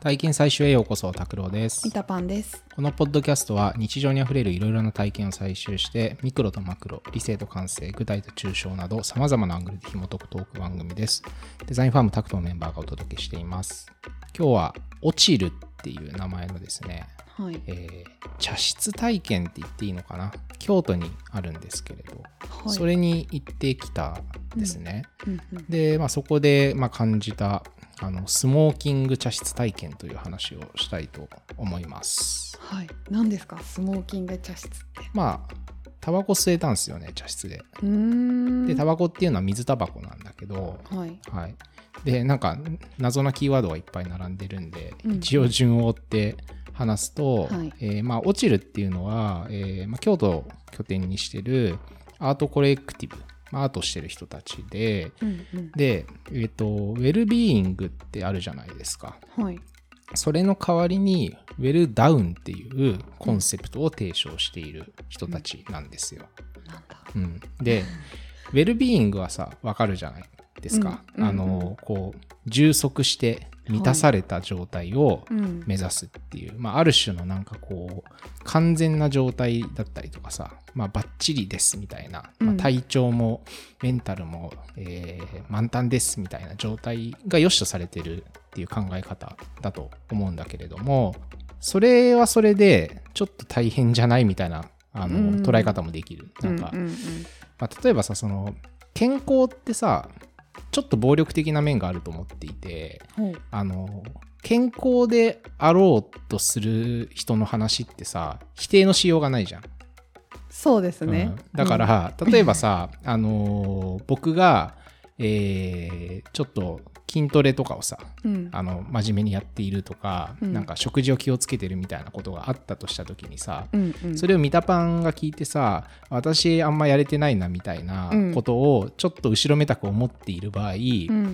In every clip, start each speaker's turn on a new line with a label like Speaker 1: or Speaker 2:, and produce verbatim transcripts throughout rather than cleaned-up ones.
Speaker 1: 体験採集へようこそ。拓郎です。
Speaker 2: みたぱんです。
Speaker 1: このポッドキャストは日常にあふれるいろいろな体験を採集してミクロとマクロ、理性と感性、具体と抽象など様々なアングルで紐解くトーク番組です。デザインファームタクトのメンバーがお届けしています。今日はオチルっていう名前のですね、
Speaker 2: はい
Speaker 1: えー、茶室体験って言っていいのかな、京都にあるんですけれど、はい、それに行ってきたんですね、うんうんうん、で、まあ、そこで、まあ、感じたあのスモーキング茶室体験という話をしたいと思います。
Speaker 2: はい、何ですかスモーキング茶室って。
Speaker 1: まあタバコ吸えたんですよね、茶室で。
Speaker 2: うーん
Speaker 1: でタバコっていうのは水タバコなんだけど、
Speaker 2: はい
Speaker 1: はい、でなんか謎なキーワードがいっぱい並んでるんで、
Speaker 2: うん、
Speaker 1: 一応順を追って話すと、
Speaker 2: はい
Speaker 1: えーまあ、オチルっていうのは、えーまあ、京都を拠点にしてるアートコレクティブ、アートしてる人たちで、
Speaker 2: うんうん、
Speaker 1: で、えーと、ウェルビーイングってあるじゃないですか。
Speaker 2: はい、
Speaker 1: それの代わりにウェルダウンっていうコンセプトを提唱している人たちなんですよ。
Speaker 2: うん、なんだ、
Speaker 1: うん、で、ウェルビーイングはさ、わかるじゃないですか。
Speaker 2: うんうんうん、
Speaker 1: あのこう充足して満たされた状態を目指すっていう、はい、まあ、ある種のなんかこう完全な状態だったりとかさ、まあ、バッチリですみたいな、まあ、体調もメンタルも、えー、満タンですみたいな状態が良しとされてるっていう考え方だと思うんだけれども、それはそれでちょっと大変じゃないみたいなあの、うん、捉え方もできる。なんか、うんうんうん、まあ、例えばさ、その健康ってさ、ちょっと暴力的な面があると思っていて、うん、あの健康であろうとする人の話ってさ、否定のしようがないじゃん。
Speaker 2: そうですね、
Speaker 1: うん、だから、うん、例えばさあの僕が、えー、ちょっと筋トレとかをさ、うん、あの真面目にやっているとか、うん、なんか食事を気をつけてるみたいなことがあったとした時にさ、うんうん、それをミタパンが聞いてさ、私あんまやれてないなみたいなことをちょっと後ろめたく思っている場合、うん、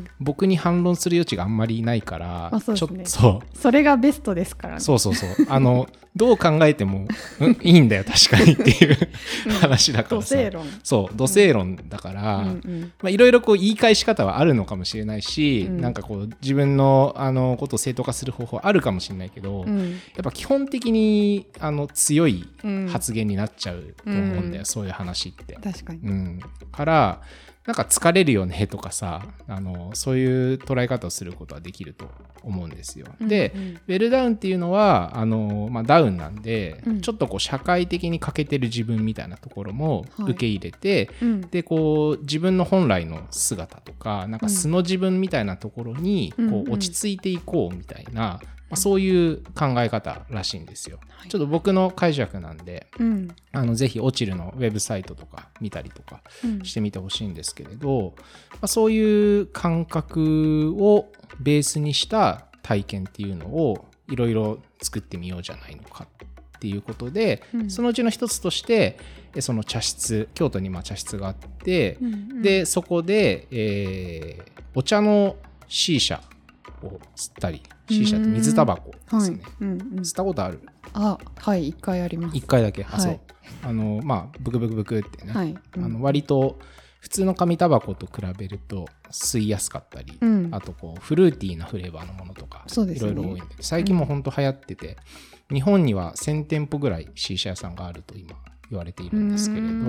Speaker 1: 僕に反論する余地があんまりないから、
Speaker 2: あ、そうですね、
Speaker 1: ちょっとそう、
Speaker 2: それがベストですからね。そう
Speaker 1: そうそうあのどう考えても、うん、いいんだよ確かにっていう話だからさ、
Speaker 2: 土星論、
Speaker 1: そう土星論だからいろいろ言い返し方はあるのかもしれないし、うん、なんかこう自分のあのことを正当化する方法あるかもしれないけど、うん、やっぱ基本的にあの強い発言になっちゃうと思うんだよ、うん、そういう話って。
Speaker 2: 確かに、
Speaker 1: うん、からなんか疲れるよねとかさ、あのそういう捉え方をすることはできると思うんですよ。で、うんうん、ウェルダウンっていうのはあの、まあ、ダウンなんで、うん、ちょっとこう社会的に欠けてる自分みたいなところも受け入れて、はい、うん、でこう自分の本来の姿とかなんか素の自分みたいなところにこう落ち着いていこうみたいな、まあ、そういう考え方らしいんですよ、はい、ちょっと僕の解釈なんで、うん、あのぜひオチルのウェブサイトとか見たりとかしてみてほしいんですけれど、うん、まあ、そういう感覚をベースにした体験っていうのをいろいろ作ってみようじゃないのかっていうことで、うん、そのうちの一つとしてその茶室、京都にまあ茶室があって、うんうん、でそこで、えー、お茶の C 社を吸ったり、シーシャって水タバコですね、はい、うんうん、吸ったことある？
Speaker 2: あ、はい、いっかいあります。
Speaker 1: いっかいだけ、はい、あ、そう、あのまあブクブクブクってね、はい、うん、あの割と普通の紙タバコと比べると吸いやすかったり、うん、あとこうフルーティーなフレーバーのものとかいろいろ多いんで、最近も本当流行ってて、うん、日本にはせん店舗ぐらい C 社屋さんがあると今言われているんですけれど、うん、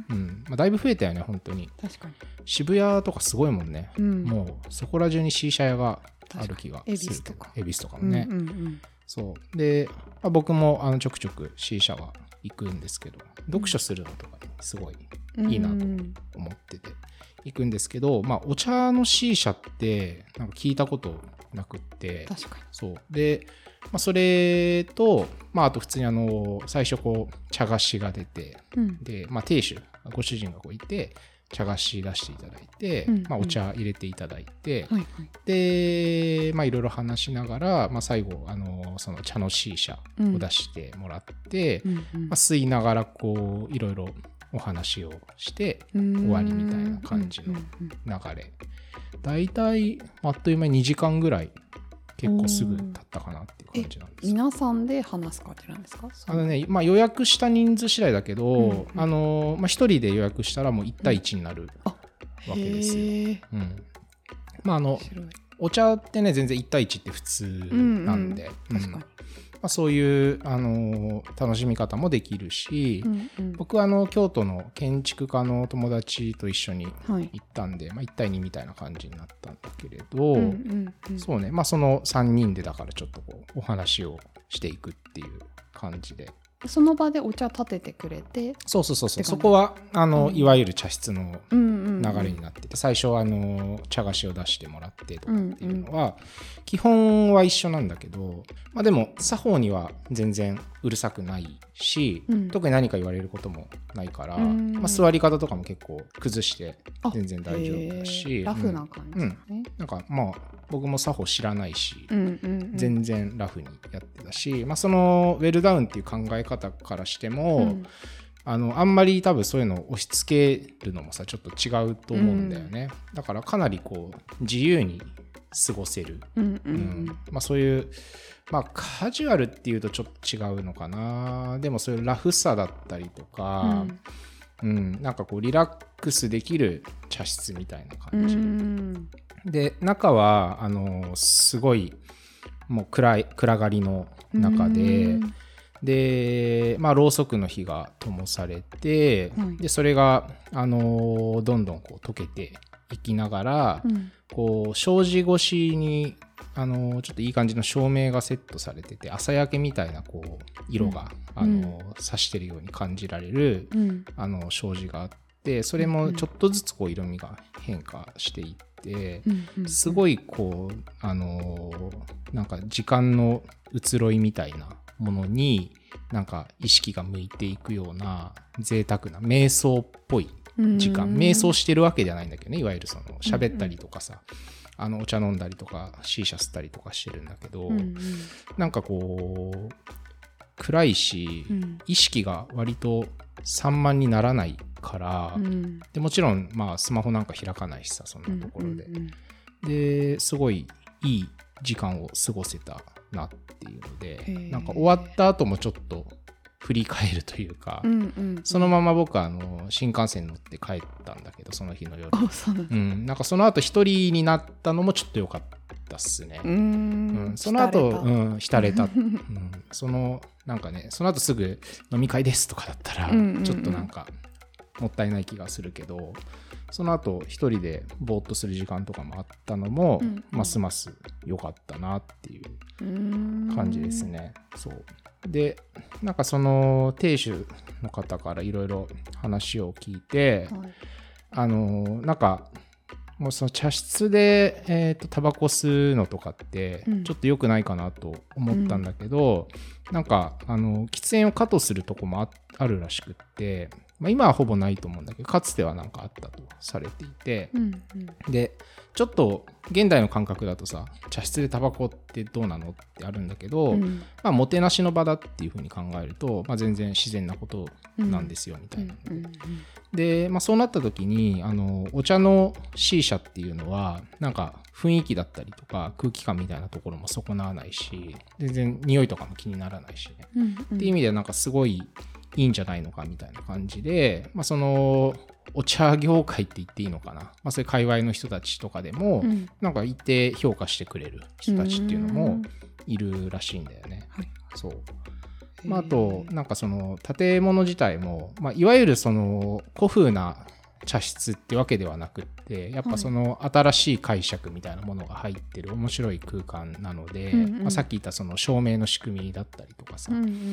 Speaker 1: うん、まあ、だいぶ増えたよね本当に。
Speaker 2: 確かに
Speaker 1: 渋谷とかすごいもんね、うん、もうそこら中に C 社屋がある気がするけど、恵比寿とかもね、うんうんうん、そうで、まあ、僕もあのちょくちょく C 社は行くんですけど、読書するのとかすごいいいなと思ってて行くんですけど、まあ、お茶の C 社ってなんか聞いたことなくって、
Speaker 2: 確かに
Speaker 1: そうで、まあ、それと、まあ、あと普通にあの最初こう茶菓子が出て、うん、で、まあ、亭主ご主人がこういて茶菓子出していただいて、うんうん、まあ、お茶入れていただいて、はいはい、で、まあ、いろいろ話しながら、まあ、最後あのその茶の C 社を出してもらって、うんうんうん、まあ、吸いながらこういろいろお話をして終わりみたいな感じの流れ、だいたいあっという間ににじかんぐらい結構すぐ経ったかなっていう感じなんです。
Speaker 2: 皆さんで話す感じなんですか？
Speaker 1: あのね、まあ、予約した人数次第だけど、うんうん、あのまあ、ひとりで予約したらもういち対いちになるわけですよ、うん、まあ、あのお茶ってね全然いち対いちって普通なんで、
Speaker 2: うんうん、確かに、
Speaker 1: まあ、そういう、あのー、楽しみ方もできるし、うんうん、僕はあの京都の建築家の友達と一緒に行ったんで、はい、まあ、いち対にみたいな感じになったんだけれど、うんうんうん、そうね、まあ、そのさんにんでだからちょっとこうお話をしていくっていう感じで、
Speaker 2: その場でお茶立ててくれて、
Speaker 1: そうそうそうそう、そこはあの、うん、いわゆる茶室の流れになってて、最初はあの茶菓子を出してもらってとかっていうのは、うんうん、基本は一緒なんだけど、まあ、でも作法には全然うるさくないし、うん、特に何か言われることもないから、うんまあ、座り方とかも結構崩して全然大丈夫だし、
Speaker 2: ラフな感じ、ね
Speaker 1: うん、なんかまあ僕も作法知らないし、うんうんうん、全然ラフにやってたし、まあ、そのウェルダウンっていう考え方からしても、うん、あのあんまり多分そういうのを押し付けるのもさちょっと違うと思うんだよね、うん、だからかなりこう自由に過ごせる、うんうんうんまあ、そういうまあカジュアルっていうとちょっと違うのかな、でもそういうラフさだったりとか、うんうん、なんかこうリラックスできる茶室みたいな感じ、うんで中はあのすごいもう 暗い暗がりの中で、で、まあ、ろうそくの火が灯されて、はい、でそれがあのどんどんこう溶けていきながら、うん、こう障子越しにあのちょっといい感じの照明がセットされてて、朝焼けみたいなこう色が、うん、あの差してるように感じられる、うん、あの障子があって、それもちょっとずつこう色味が変化していって、すごいこうあのなんか時間の移ろいみたいなものになんか意識が向いていくような贅沢な瞑想っぽい時間、瞑想してるわけじゃないんだけどね、いわゆるその喋ったりとかさ、あのお茶飲んだりとかシーシャ吸ったりとかしてるんだけど、うんうん、なんかこう暗いし、うん、意識が割と散漫にならないから、うん、でもちろんまあスマホなんか開かないしさ、そんなところで、うんうんうん、ですごいいい時間を過ごせたなっていうので、なんか終わった後もちょっと振り返るというか、うんうんうん、そのまま僕はあの新幹線乗って帰ったんだけど、その日の夜、
Speaker 2: そうなんです、
Speaker 1: うん、なんかその後一人になったのもちょっと良かったっすね。うーん、うん、その後うん浸れた、うん、そのなんかね、その後すぐ飲み会ですとかだったら、うんうんうん、ちょっとなんかもったいない気がするけど、その後一人でぼーっとする時間とかもあったのも、うんうん、ますます良かったなっていう感じですね。そうで、なんかその亭主の方からいろいろ話を聞いて、はい、あのなんかもうその茶室でえっとタバコ吸うのとかってちょっと良くないかなと思ったんだけど、うん、なんかあの喫煙をカットするとこも あ, あるらしくって、まあ、今はほぼないと思うんだけど、かつてはなんかあったとされていて、うんうん、でちょっと現代の感覚だとさ、茶室でタバコってどうなのってあるんだけど、うん、まあ、もてなしの場だっていう風に考えると、まあ、全然自然なことなんですよみたいな、うんうんうん、で、まあ、そうなった時にあのお茶の C 社っていうのはなんか雰囲気だったりとか空気感みたいなところも損なわないし、全然匂いとかも気にならないしね、うんうん、っていう意味ではなんかすごいいいんじゃないのかみたいな感じで、まあ、そのお茶業界って言っていいのかな、まあ、そういう界隈の人たちとかでも、うん、なんか一定評価してくれる人たちっていうのもいるらしいんだよね。はい、そう。まあ、あとなんかその建物自体も、まあ、いわゆるその古風な茶室ってわけではなくって、やっぱその新しい解釈みたいなものが入ってる面白い空間なので、うんうんまあ、さっき言ったその照明の仕組みだったりとかさ、うんうんうん、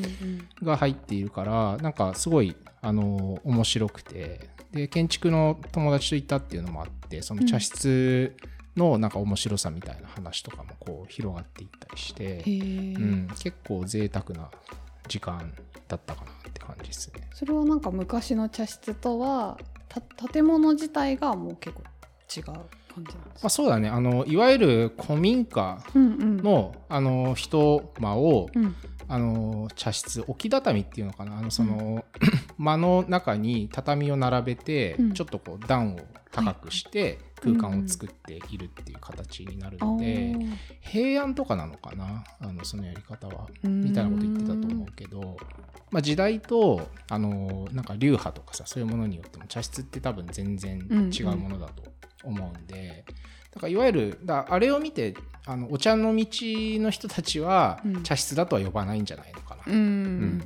Speaker 1: が入っているから、なんかすごいあの面白くて、で建築の友達と行ったっていうのもあって、その茶室のなんか面白さみたいな話とかもこう広がっていったりして、うん、結構贅沢な時間だったかなって感じですね。
Speaker 2: それはなんか昔の茶室とは建物自体がもう結構違う感じなんですか？
Speaker 1: まあ、そうだね、あのいわゆる古民家 の,、うんうん、あの一間を、うん、あの茶室置き畳っていうのかな、あのその、うん、間の中に畳を並べて、うん、ちょっとこう段を高くして空間を作っているっていう形になるので、うんうん、平安とかなのかな、あのそのやり方はみたいなこと言ってたと思うけど、まあ、時代とあのなんか流派とかさ、そういうものによっても茶室って多分全然違うものだと思うんで、だからいわゆるだあれを見てあのお茶の道の人たちは茶室だとは呼ばないんじゃないのかな、
Speaker 2: うんうん、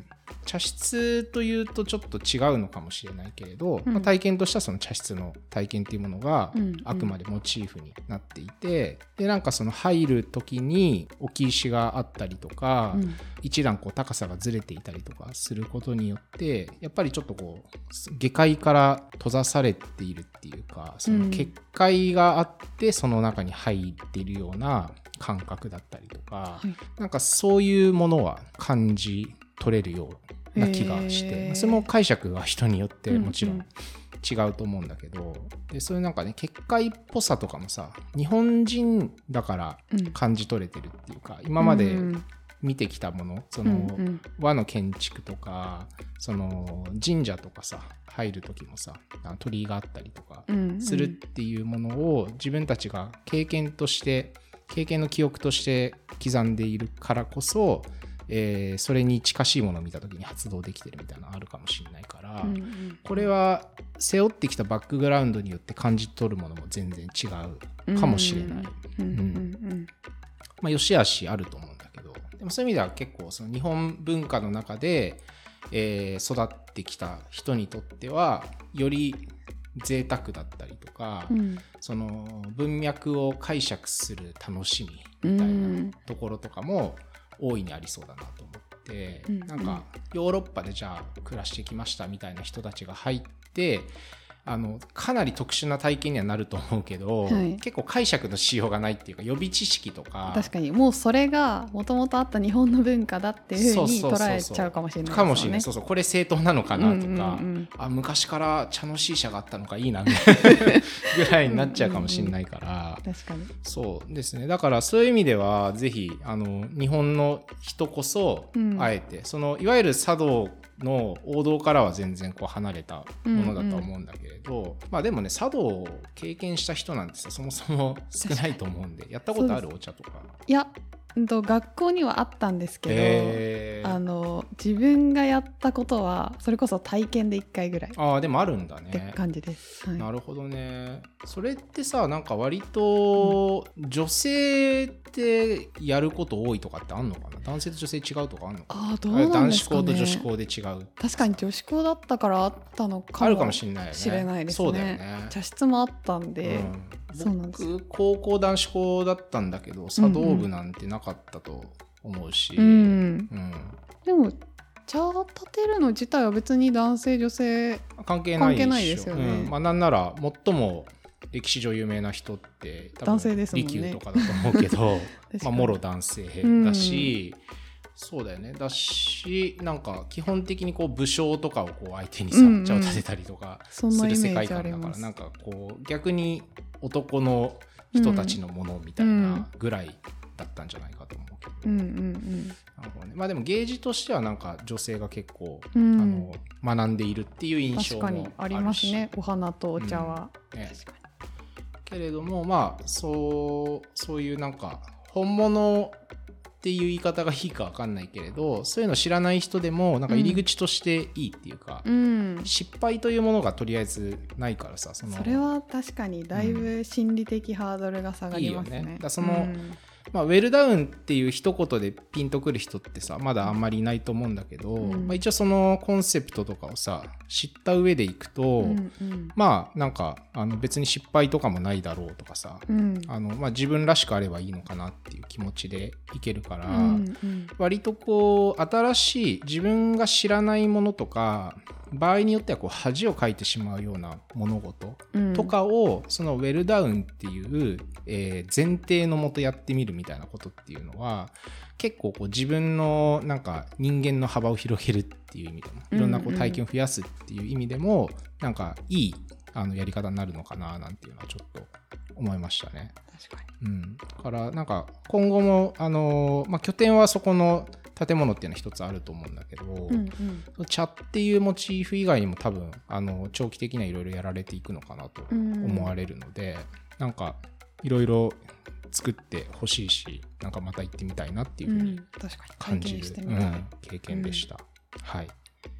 Speaker 1: 茶室というとちょっと違うのかもしれないけれど、
Speaker 2: うん
Speaker 1: まあ、体験としてはその茶室の体験っていうものが
Speaker 2: うん
Speaker 1: あくまでモチーフになっていて、でなんかその入る時に置き石があったりとか、
Speaker 2: うん
Speaker 1: 一段こう高さがずれていたりとかすることによってやっぱりちょっとこう下界から閉ざされているっていうか、その結界があってその中に入っているような感覚だったりとか、
Speaker 2: はい
Speaker 1: なんかそういうものは感じ取れるような気がして、
Speaker 2: へー
Speaker 1: それも解釈は人によってもちろ
Speaker 2: うん
Speaker 1: ん違うと思うんだけど、でそういうなんかね結界っぽさとかもさ日本人だから
Speaker 2: うん
Speaker 1: 感じ取れてるっていうか、今まで
Speaker 2: うん
Speaker 1: 見てきたもの、そ
Speaker 2: うん
Speaker 1: の
Speaker 2: うん
Speaker 1: 和の建築とかその神社とかさ入る時もさ鳥居があったりとか
Speaker 2: うん
Speaker 1: するっていうものを自分たちが経験として経験の記憶として刻んでいるからこそ、えーそれに近しいものを見た時に発動できてるみたいなのあるかもしれないから、
Speaker 2: うんうん
Speaker 1: これは背負ってきたバックグラウンドによって感じ取るものも全然違うかもしれない、
Speaker 2: うんうんうん
Speaker 1: まあ、良し悪しあると思うんだけど、でもそういう意味では結構その日本文化の中で、えー育ってきた人にとってはより贅沢だったりとか、
Speaker 2: うん
Speaker 1: その文脈を解釈する楽しみみたいなところとかも大いにありそうだなと思って、
Speaker 2: うん
Speaker 1: なんかヨーロッパでじゃあ暮らしてきましたみたいな人たちが入ってあのかなり特殊な体験にはなると思うけど、
Speaker 2: はい
Speaker 1: 結構解釈のしようがないっていうか予備知識とか
Speaker 2: 確かにもうそれがもともとあった日本の文化だっていうふうに
Speaker 1: そうそうそうそう
Speaker 2: 捉えちゃうかもしれないですよね。
Speaker 1: かもしれない、そうそうこれ正当なのかなとか、
Speaker 2: うんうんうん
Speaker 1: あ昔から茶の C 社があったのかいいなみたいなぐらいになっちゃうかもしれないから
Speaker 2: 確かに
Speaker 1: そうですね、だからそういう意味ではぜひあの日本の人こそ、
Speaker 2: うん
Speaker 1: あえてそのいわゆる茶道の王道からは全然こう離れたものだと思うんだけれど、まあでもね茶道を経験した人なんてさそもそも少ないと思うんで、やったことあるお茶とか。
Speaker 2: いや、うんと、学校にはあったんですけど、
Speaker 1: へー
Speaker 2: あの自分がやったことはそれこそ体験でいっかいぐらいっ
Speaker 1: あーでもあるんだ
Speaker 2: て
Speaker 1: ね。
Speaker 2: 感じです、はい、
Speaker 1: なるほどね。それってさなんか割と女性ってやること多いとかってあんのかな、男性と女性違うとかあんのかな、
Speaker 2: あーどうなんですかね。
Speaker 1: 男子校と女子校で違う。
Speaker 2: 確かに女子校だったからあったのかも
Speaker 1: あるかもしれないよね。
Speaker 2: しれないですね。
Speaker 1: そうだよね。
Speaker 2: 茶室もあったんで、
Speaker 1: うん
Speaker 2: そうなんです。
Speaker 1: 僕高校男子校だったんだけど茶道部なんてなかったと思うし、
Speaker 2: うん、
Speaker 1: うん
Speaker 2: でも茶立てるの自体は別に男性女性
Speaker 1: 関係ない
Speaker 2: 関係ないですよね
Speaker 1: うんまあ、なんなら最も歴史上有名な人って多分
Speaker 2: 男性ですもんね
Speaker 1: 利休とかだと思うけど
Speaker 2: 確か
Speaker 1: まあ、
Speaker 2: に
Speaker 1: もろ男性だし、そうだよねだしなんか基本的にこう武将とかをこう相手にさ、
Speaker 2: うんうん
Speaker 1: 茶を立てたりとか
Speaker 2: そんなイメ
Speaker 1: する世界
Speaker 2: ージあります。
Speaker 1: 観だからなんかこう逆に男の人たちのものみたいなぐらいだったんじゃないかと思うけど、
Speaker 2: うんうん
Speaker 1: なるほどね、まあでも芸事としてはなんか女性が結構、
Speaker 2: うん
Speaker 1: あの学んでいるっていう
Speaker 2: うん、
Speaker 1: 印象も
Speaker 2: 確かにありますね。お花とお茶は、
Speaker 1: ね
Speaker 2: 確か
Speaker 1: けれどもまあそうそういうなんか本物っていう言い方がいいか分かんないけれどそういうの知らない人でもなんか入り口としていいっていうか、
Speaker 2: に、うん、
Speaker 1: 失敗というものがとりあえずないからさその
Speaker 2: それは確かにだいぶ心理的ハードルが下がりますね。
Speaker 1: いいよねだからその
Speaker 2: うん
Speaker 1: まあ、ウェルダウンっていう一言でピンとくる人ってさまだあんまりいないと思うんだけど、
Speaker 2: うん
Speaker 1: まあ、一応そのコンセプトとかをさ知った上でいくと、
Speaker 2: うんうん
Speaker 1: まあなんかあの別に失敗とかもないだろうとかさ、
Speaker 2: うん
Speaker 1: あのまあ、自分らしくあればいいのかなっていう気持ちでいけるから、
Speaker 2: うんうん
Speaker 1: 割とこう新しい自分が知らないものとか場合によってはこう恥をかいてしまうような物事
Speaker 2: うん
Speaker 1: とかをそのウェルダウンっていう、えー前提のもとやってみるみたいなことっていうのは結構こう自分のなんか人間の幅を広げるっていう意味でもいろんなこう体験を増やすっていう意味でもなんかいいあのやり方になるのかななんていうのはちょっと思いましたね。
Speaker 2: 確かに。
Speaker 1: うん、だからなんか今後もあの、まあ、拠点はそこの建物っていうのは一つあると思うんだけど、
Speaker 2: うんうん
Speaker 1: 茶っていうモチーフ以外にも多分あの長期的にはいろいろやられていくのかなと思われるので、なんかいろいろ作ってほしいしなんかまた行ってみたいなっていうふうに
Speaker 2: うん、確かに
Speaker 1: 感じる、
Speaker 2: 体験して
Speaker 1: う
Speaker 2: みたい。
Speaker 1: ん経験でした、はい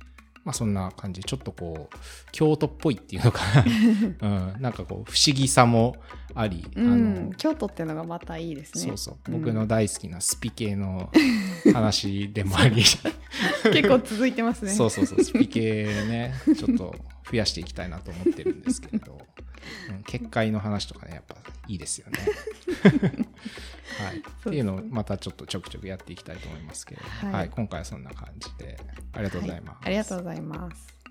Speaker 1: まあそんな感じ、ちょっとこう京都っぽいっていうのかな、うん、なんかこう不思議さもあり、
Speaker 2: うん、
Speaker 1: あの
Speaker 2: 京都っていうのがまたいいですね。
Speaker 1: そうそう、僕の大好きなスピ系の話でもあり
Speaker 2: 結構続いてますね。
Speaker 1: そうそうそう、スピ系ねちょっと増やしていきたいなと思ってるんですけれど、うん、結界の話とかねやっぱいいですよねはい、っていうのをまたちょっとちょくちょくやっていきたいと思いますけれども、はいはい、今回はそんな感じでありがとうございます、
Speaker 2: はい、ありがとうございます。